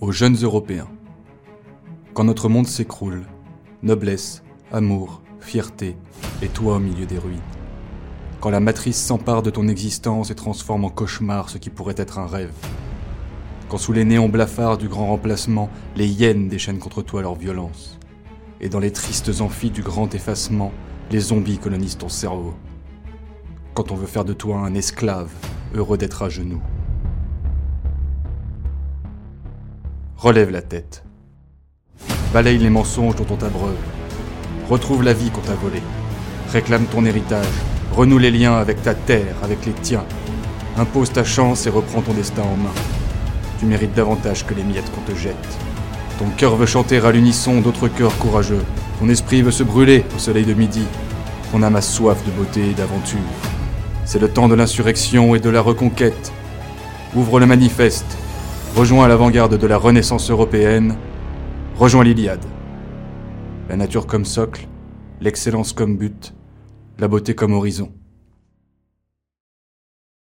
Aux jeunes Européens. Quand notre monde s'écroule, noblesse, amour, fierté, et toi au milieu des ruines. Quand la matrice s'empare de ton existence et transforme en cauchemar ce qui pourrait être un rêve. Quand sous les néons blafards du grand remplacement, les hyènes déchaînent contre toi leur violence. Et dans les tristes amphis du grand effacement, les zombies colonisent ton cerveau. Quand on veut faire de toi un esclave, heureux d'être à genoux. Relève la tête. Balaye les mensonges dont on t'abreuve. Retrouve la vie qu'on t'a volée. Réclame ton héritage. Renoue les liens avec ta terre, avec les tiens. Impose ta chance et reprends ton destin en main. Tu mérites davantage que les miettes qu'on te jette. Ton cœur veut chanter à l'unisson d'autres cœurs courageux. Ton esprit veut se brûler au soleil de midi. Ton âme a soif de beauté et d'aventure. C'est le temps de l'insurrection et de la reconquête. Ouvre le manifeste. Rejoins l'avant-garde de la Renaissance européenne. Rejoins l'Iliade. La nature comme socle, l'excellence comme but, la beauté comme horizon.